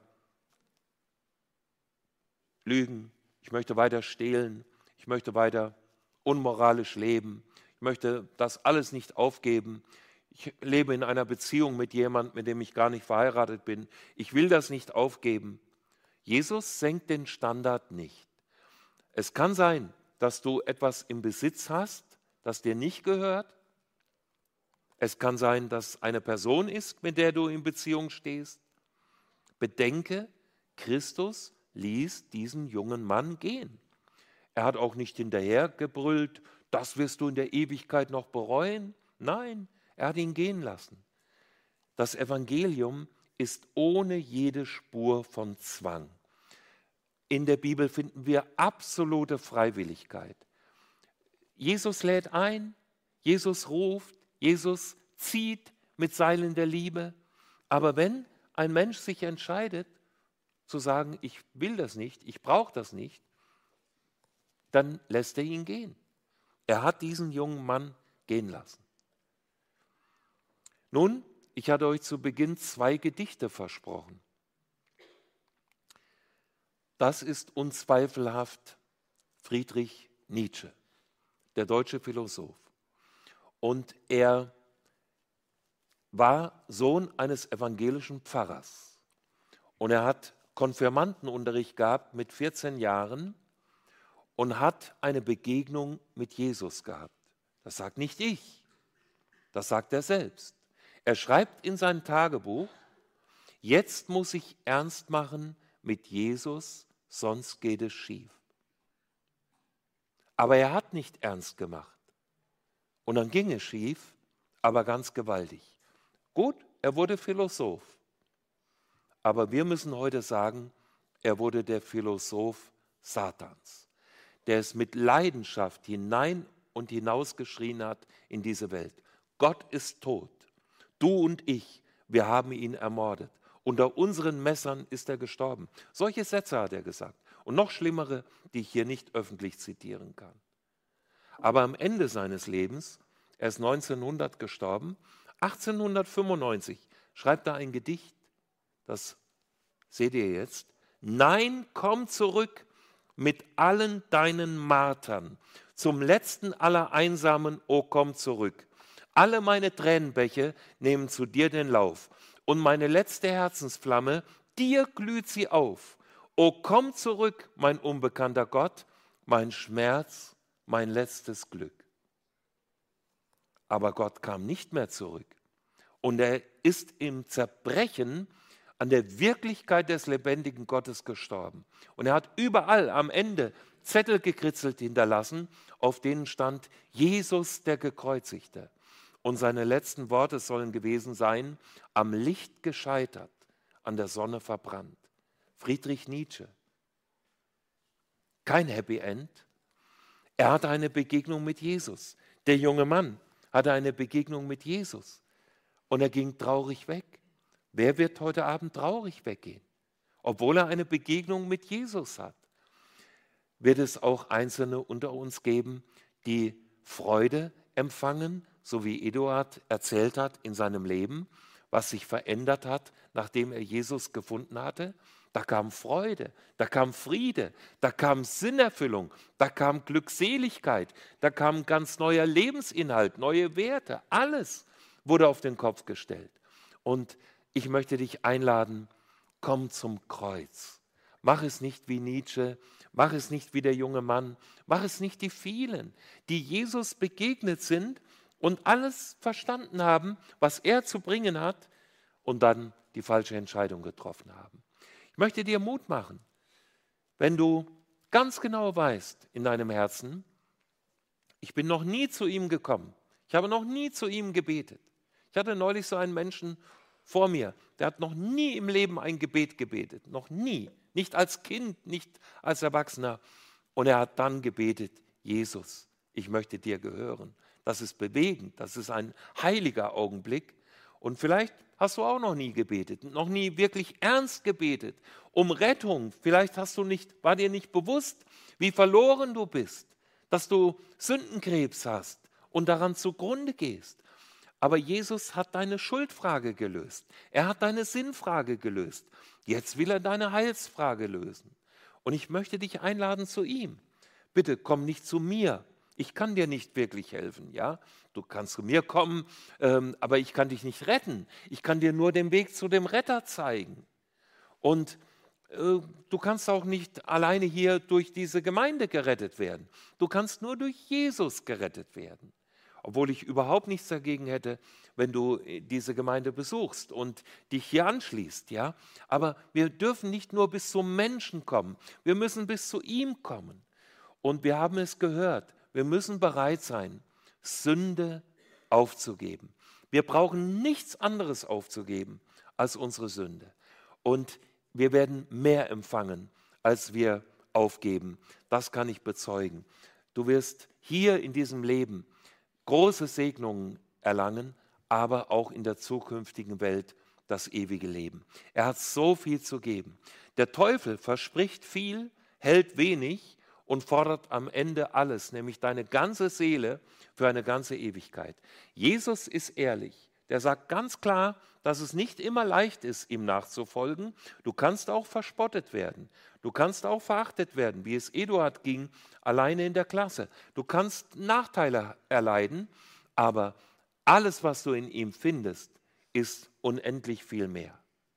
lügen, ich möchte weiter stehlen, ich möchte weiter unmoralisch leben, ich möchte das alles nicht aufgeben, ich lebe in einer Beziehung mit jemandem, mit dem ich gar nicht verheiratet bin, ich will das nicht aufgeben. Jesus senkt den Standard nicht. Es kann sein, dass du etwas im Besitz hast, das dir nicht gehört. Es kann sein, dass eine Person ist, mit der du in Beziehung stehst. Bedenke, Christus ließ diesen jungen Mann gehen. Er hat auch nicht hinterher gebrüllt, das wirst du in der Ewigkeit noch bereuen. Nein, er hat ihn gehen lassen. das Evangelium ist ohne jede Spur von Zwang. In der Bibel finden wir absolute Freiwilligkeit. Jesus lädt ein, Jesus ruft, Jesus zieht mit Seilen der Liebe. Aber wenn ein Mensch sich entscheidet, zu sagen, ich will das nicht, ich brauche das nicht, dann lässt er ihn gehen. Er hat diesen jungen Mann gehen lassen. Nun, ich hatte euch zu Beginn zwei Gedichte versprochen. Das ist unzweifelhaft Friedrich Nietzsche, der deutsche Philosoph. Und er war Sohn eines evangelischen Pfarrers. Und er hat Konfirmandenunterricht gehabt mit vierzehn Jahren und hat eine Begegnung mit Jesus gehabt. Das sagt nicht ich, das sagt er selbst. Er schreibt in sein Tagebuch, jetzt muss ich ernst machen mit Jesus, sonst geht es schief. Aber er hat nicht ernst gemacht. Und dann ging es schief, aber ganz gewaltig. Gut, er wurde Philosoph. Aber wir müssen heute sagen, er wurde der Philosoph Satans, der es mit Leidenschaft hinein und hinausgeschrien hat in diese Welt. Gott ist tot. Du und ich, wir haben ihn ermordet. Unter unseren Messern ist er gestorben. Solche Sätze hat er gesagt. Und noch schlimmere, die ich hier nicht öffentlich zitieren kann. Aber am Ende seines Lebens, er ist neunzehnhundert gestorben, achtzehnhundertfünfundneunzig schreibt er ein Gedicht, das seht ihr jetzt. Nein, komm zurück mit allen deinen Martern, zum letzten aller Einsamen, o komm zurück. Alle meine Tränenbäche nehmen zu dir den Lauf und meine letzte Herzensflamme, dir glüht sie auf. O komm zurück, mein unbekannter Gott, mein Schmerz, mein letztes Glück. Aber Gott kam nicht mehr zurück und er ist im Zerbrechen an der Wirklichkeit des lebendigen Gottes gestorben. Und er hat überall am Ende Zettel gekritzelt hinterlassen, auf denen stand Jesus der Gekreuzigte. Und seine letzten Worte sollen gewesen sein, am Licht gescheitert, an der Sonne verbrannt. Friedrich Nietzsche. Kein Happy End. Er hatte eine Begegnung mit Jesus. Der junge Mann hatte eine Begegnung mit Jesus. Und er ging traurig weg. Wer wird heute Abend traurig weggehen? Obwohl er eine Begegnung mit Jesus hat. Wird es auch Einzelne unter uns geben, die Freude empfangen, so wie Eduard erzählt hat in seinem Leben, was sich verändert hat, nachdem er Jesus gefunden hatte? Da kam Freude, da kam Friede, da kam Sinnerfüllung, da kam Glückseligkeit, da kam ganz neuer Lebensinhalt, neue Werte. Alles wurde auf den Kopf gestellt. Und ich möchte dich einladen, komm zum Kreuz. Mach es nicht wie Nietzsche, mach es nicht wie der junge Mann, mach es nicht die vielen, die Jesus begegnet sind und alles verstanden haben, was er zu bringen hat und dann die falsche Entscheidung getroffen haben. Ich möchte dir Mut machen, wenn du ganz genau weißt in deinem Herzen, ich bin noch nie zu ihm gekommen, ich habe noch nie zu ihm gebetet. Ich hatte neulich so einen Menschen vor mir, der hat noch nie im Leben ein Gebet gebetet, noch nie, nicht als Kind, nicht als Erwachsener. Und er hat dann gebetet, Jesus, ich möchte dir gehören. Das ist bewegend, das ist ein heiliger Augenblick. Und vielleicht hast du auch noch nie gebetet, noch nie wirklich ernst gebetet, um Rettung. Vielleicht hast du nicht, war dir nicht bewusst, wie verloren du bist, dass du Sündenkrebs hast und daran zugrunde gehst. Aber Jesus hat deine Schuldfrage gelöst. Er hat deine Sinnfrage gelöst. Jetzt will er deine Heilsfrage lösen. Und ich möchte dich einladen zu ihm. Bitte komm nicht zu mir. Ich kann dir nicht wirklich helfen, ja? Du kannst zu mir kommen, ähm, aber ich kann dich nicht retten. Ich kann dir nur den Weg zu dem Retter zeigen. Und äh, du kannst auch nicht alleine hier durch diese Gemeinde gerettet werden. Du kannst nur durch Jesus gerettet werden. Obwohl ich überhaupt nichts dagegen hätte, wenn du diese Gemeinde besuchst und dich hier anschließt, ja? Aber wir dürfen nicht nur bis zum Menschen kommen, wir müssen bis zu ihm kommen. Und wir haben es gehört, wir müssen bereit sein, Sünde aufzugeben. Wir brauchen nichts anderes aufzugeben als unsere Sünde. Und wir werden mehr empfangen, als wir aufgeben. Das kann ich bezeugen. Du wirst hier in diesem Leben große Segnungen erlangen, aber auch in der zukünftigen Welt das ewige Leben. Er hat so viel zu geben. Der Teufel verspricht viel, hält wenig und fordert am Ende alles, nämlich deine ganze Seele für eine ganze Ewigkeit. Jesus ist ehrlich. Der sagt ganz klar, dass es nicht immer leicht ist, ihm nachzufolgen. Du kannst auch verspottet werden. Du kannst auch verachtet werden, wie es Eduard ging, alleine in der Klasse. Du kannst Nachteile erleiden, aber alles, was du in ihm findest, ist unendlich viel mehr.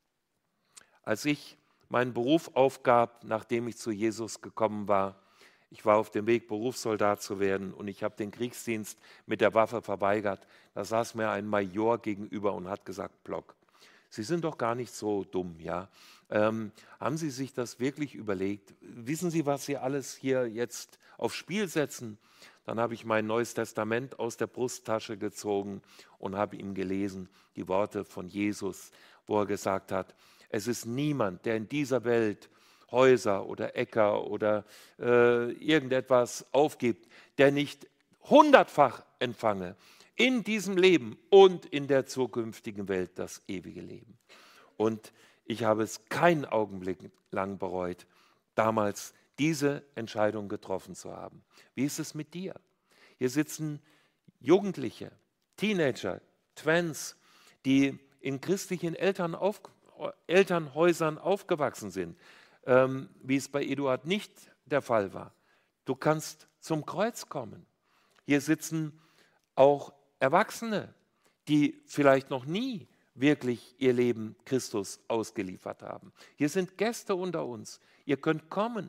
Als ich meinen Beruf aufgab, nachdem ich zu Jesus gekommen war, ich war auf dem Weg, Berufssoldat zu werden und ich habe den Kriegsdienst mit der Waffe verweigert. Da saß mir ein Major gegenüber und hat gesagt, Block, Sie sind doch gar nicht so dumm, ja? Ähm, haben Sie sich das wirklich überlegt? Wissen Sie, was Sie alles hier jetzt aufs Spiel setzen? Dann habe ich mein Neues Testament aus der Brusttasche gezogen und habe ihm gelesen, die Worte von Jesus, wo er gesagt hat, es ist niemand, der in dieser Welt Häuser oder Äcker oder äh, irgendetwas aufgibt, der nicht hundertfach empfange in diesem Leben und in der zukünftigen Welt das ewige Leben. Und ich habe es keinen Augenblick lang bereut, damals diese Entscheidung getroffen zu haben. Wie ist es mit dir? Hier sitzen Jugendliche, Teenager, Twins, die in christlichen Eltern auf, Elternhäusern aufgewachsen sind, ähm, wie es bei Eduard nicht der Fall war. Du kannst zum Kreuz kommen. Hier sitzen auch Erwachsene, die vielleicht noch nie wirklich ihr Leben Christus ausgeliefert haben. Hier sind Gäste unter uns. Ihr könnt kommen.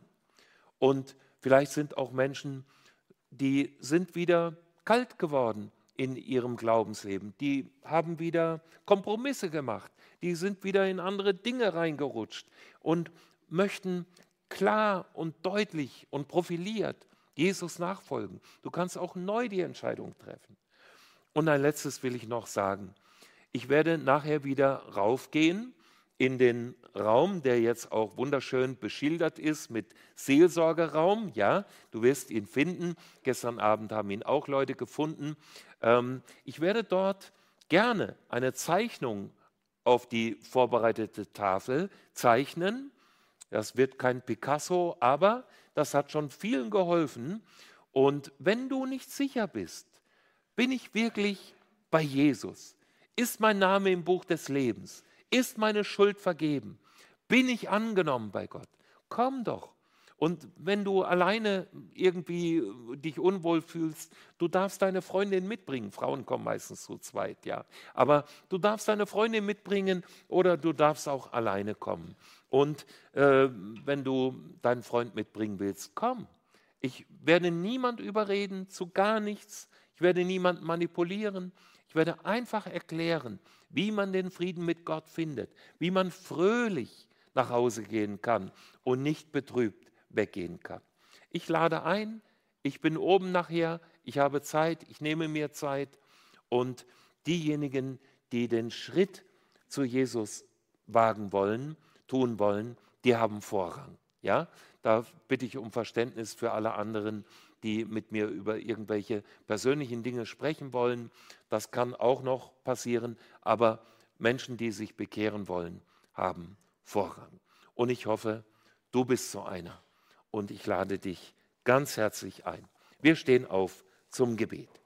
Und vielleicht sind auch Menschen, die sind wieder kalt geworden in ihrem Glaubensleben. Die haben wieder Kompromisse gemacht. Die sind wieder in andere Dinge reingerutscht und möchten klar und deutlich und profiliert Jesus nachfolgen. Du kannst auch neu die Entscheidung treffen. Und ein letztes will ich noch sagen. Ich werde nachher wieder raufgehen in den Raum, der jetzt auch wunderschön beschildert ist mit Seelsorgeraum. Ja, du wirst ihn finden. Gestern Abend haben ihn auch Leute gefunden. Ähm, ich werde dort gerne eine Zeichnung auf die vorbereitete Tafel zeichnen. Das wird kein Picasso, aber das hat schon vielen geholfen. Und wenn du nicht sicher bist, bin ich wirklich bei Jesus? Ist mein Name im Buch des Lebens? Ist meine Schuld vergeben? Bin ich angenommen bei Gott? Komm doch. Und wenn du alleine irgendwie dich unwohl fühlst, du darfst deine Freundin mitbringen. Frauen kommen meistens zu zweit, ja. Aber du darfst deine Freundin mitbringen oder du darfst auch alleine kommen. Und äh, wenn du deinen Freund mitbringen willst, komm. Ich werde niemand überreden zu gar nichts. Ich werde niemand manipulieren. Ich werde einfach erklären, wie man den Frieden mit Gott findet, wie man fröhlich nach Hause gehen kann und nicht betrübt weggehen kann. Ich lade ein, ich bin oben nachher, ich habe Zeit, ich nehme mir Zeit und diejenigen, die den Schritt zu Jesus wagen wollen, tun wollen, die haben Vorrang. Ja? Da bitte ich um Verständnis für alle anderen, die mit mir über irgendwelche persönlichen Dinge sprechen wollen. Das kann auch noch passieren, aber Menschen, die sich bekehren wollen, haben Vorrang. Und ich hoffe, du bist so einer. Und ich lade dich ganz herzlich ein. Wir stehen auf zum Gebet.